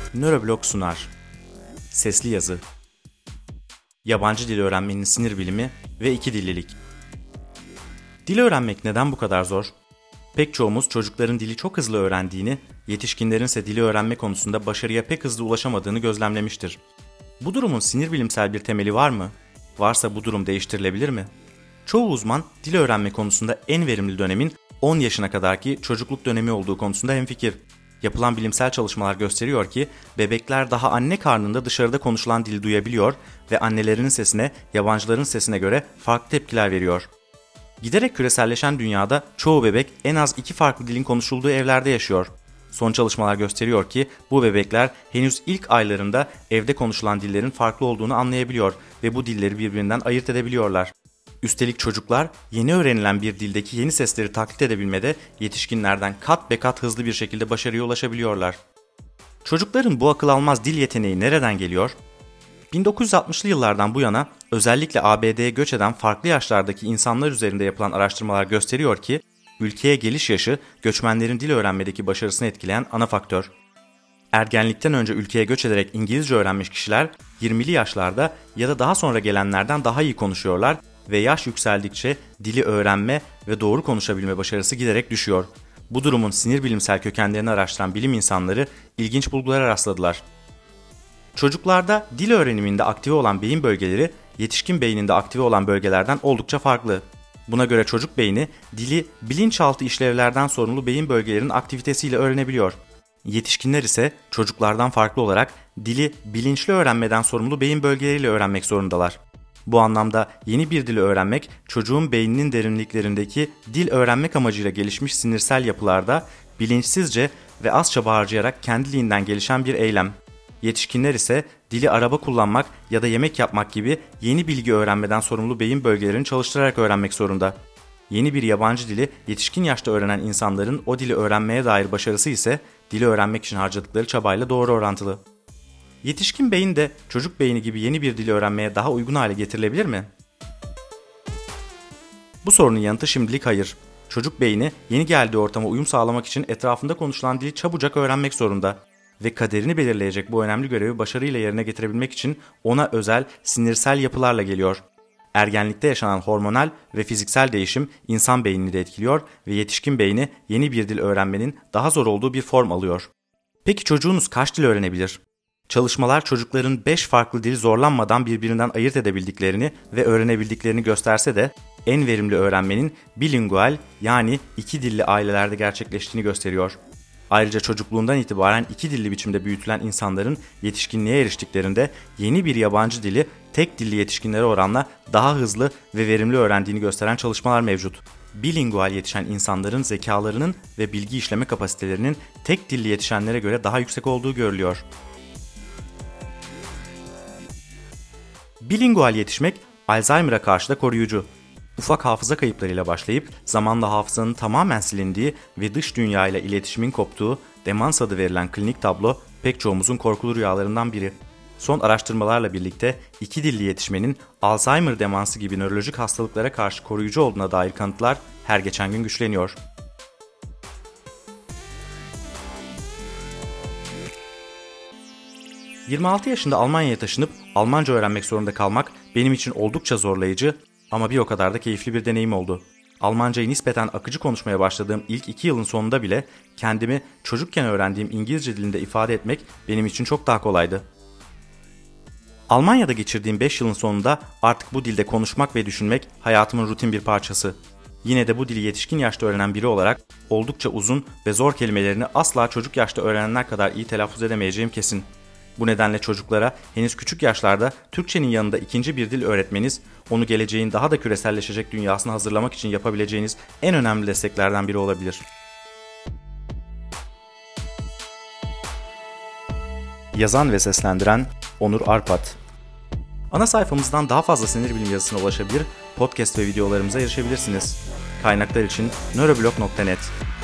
Nöroblog sunar. Sesli yazı. Yabancı dil öğrenmenin sinir bilimi ve iki dillilik. Dil öğrenmek neden bu kadar zor? Pek çoğumuz çocukların dili çok hızlı öğrendiğini, yetişkinlerin ise dili öğrenme konusunda başarıya pek hızlı ulaşamadığını gözlemlemiştir. Bu durumun sinir bilimsel bir temeli var mı? Varsa bu durum değiştirilebilir mi? Çoğu uzman dil öğrenme konusunda en verimli dönemin 10 yaşına kadarki çocukluk dönemi olduğu konusunda hemfikir. Yapılan bilimsel çalışmalar gösteriyor ki bebekler daha anne karnında dışarıda konuşulan dili duyabiliyor ve annelerinin sesine yabancıların sesine göre farklı tepkiler veriyor. Giderek küreselleşen dünyada çoğu bebek en az 2 farklı dilin konuşulduğu evlerde yaşıyor. Son çalışmalar gösteriyor ki bu bebekler henüz ilk aylarında evde konuşulan dillerin farklı olduğunu anlayabiliyor ve bu dilleri birbirinden ayırt edebiliyorlar. Üstelik çocuklar yeni öğrenilen bir dildeki yeni sesleri taklit edebilmede yetişkinlerden kat be kat hızlı bir şekilde başarıya ulaşabiliyorlar. Çocukların bu akıl almaz dil yeteneği nereden geliyor? 1960'lı yıllardan bu yana özellikle ABD'ye göç eden farklı yaşlardaki insanlar üzerinde yapılan araştırmalar gösteriyor ki ülkeye geliş yaşı göçmenlerin dil öğrenmedeki başarısını etkileyen ana faktör. Ergenlikten önce ülkeye göç ederek İngilizce öğrenmiş kişiler 20'li yaşlarda ya da daha sonra gelenlerden daha iyi konuşuyorlar ve yaş yükseldikçe dili öğrenme ve doğru konuşabilme başarısı giderek düşüyor. Bu durumun sinir bilimsel kökenlerini araştıran bilim insanları ilginç bulgulara rastladılar. Çocuklarda dil öğreniminde aktive olan beyin bölgeleri yetişkin beyninde aktive olan bölgelerden oldukça farklı. Buna göre çocuk beyni dili bilinçaltı işlevlerden sorumlu beyin bölgelerinin aktivitesiyle öğrenebiliyor. Yetişkinler ise çocuklardan farklı olarak dili bilinçli öğrenmeden sorumlu beyin bölgeleriyle öğrenmek zorundalar. Bu anlamda yeni bir dili öğrenmek çocuğun beyninin derinliklerindeki dil öğrenmek amacıyla gelişmiş sinirsel yapılarda bilinçsizce ve az çaba harcayarak kendiliğinden gelişen bir eylem. Yetişkinler ise dili araba kullanmak ya da yemek yapmak gibi yeni bilgi öğrenmeden sorumlu beyin bölgelerini çalıştırarak öğrenmek zorunda. Yeni bir yabancı dili yetişkin yaşta öğrenen insanların o dili öğrenmeye dair başarısı ise dili öğrenmek için harcadıkları çabayla doğru orantılı. Yetişkin beyin de çocuk beyni gibi yeni bir dili öğrenmeye daha uygun hale getirilebilir mi? Bu sorunun yanıtı şimdilik hayır. Çocuk beyni yeni geldiği ortama uyum sağlamak için etrafında konuşulan dili çabucak öğrenmek zorunda. Ve kaderini belirleyecek bu önemli görevi başarıyla yerine getirebilmek için ona özel sinirsel yapılarla geliyor. Ergenlikte yaşanan hormonal ve fiziksel değişim insan beynini de etkiliyor ve yetişkin beyni yeni bir dil öğrenmenin daha zor olduğu bir form alıyor. Peki çocuğunuz kaç dil öğrenebilir? Çalışmalar çocukların 5 farklı dili zorlanmadan birbirinden ayırt edebildiklerini ve öğrenebildiklerini gösterse de en verimli öğrenmenin bilingual yani iki dilli ailelerde gerçekleştiğini gösteriyor. Ayrıca çocukluğundan itibaren iki dilli biçimde büyütülen insanların yetişkinliğe eriştiklerinde yeni bir yabancı dili tek dilli yetişkinlere oranla daha hızlı ve verimli öğrendiğini gösteren çalışmalar mevcut. Bilingual yetişen insanların zekalarının ve bilgi işleme kapasitelerinin tek dilli yetişenlere göre daha yüksek olduğu görülüyor. Bilingual yetişmek Alzheimer'a karşı da koruyucu. Ufak hafıza kayıplarıyla başlayıp zamanla hafızanın tamamen silindiği ve dış dünya ile iletişimin koptuğu demans adı verilen klinik tablo pek çoğumuzun korkulu rüyalarından biri. Son araştırmalarla birlikte iki dilli yetişmenin Alzheimer demansı gibi nörolojik hastalıklara karşı koruyucu olduğuna dair kanıtlar her geçen gün güçleniyor. ...26 yaşında Almanya'ya taşınıp Almanca öğrenmek zorunda kalmak benim için oldukça zorlayıcı ama bir o kadar da keyifli bir deneyim oldu. Almancayı nispeten akıcı konuşmaya başladığım ilk 2 yılın sonunda bile kendimi çocukken öğrendiğim İngilizce dilinde ifade etmek benim için çok daha kolaydı. Almanya'da geçirdiğim 5 yılın sonunda artık bu dilde konuşmak ve düşünmek hayatımın rutin bir parçası. Yine de bu dili yetişkin yaşta öğrenen biri olarak oldukça uzun ve zor kelimelerini asla çocuk yaşta öğrenenler kadar iyi telaffuz edemeyeceğim kesin. Bu nedenle çocuklara henüz küçük yaşlarda Türkçenin yanında ikinci bir dil öğretmeniz, onu geleceğin daha da küreselleşecek dünyasına hazırlamak için yapabileceğiniz en önemli desteklerden biri olabilir. Yazan ve seslendiren Onur Arpat. Ana sayfamızdan daha fazla sinir bilim yazısına ulaşabilir, podcast ve videolarımıza erişebilirsiniz. Kaynaklar için nöroblog.net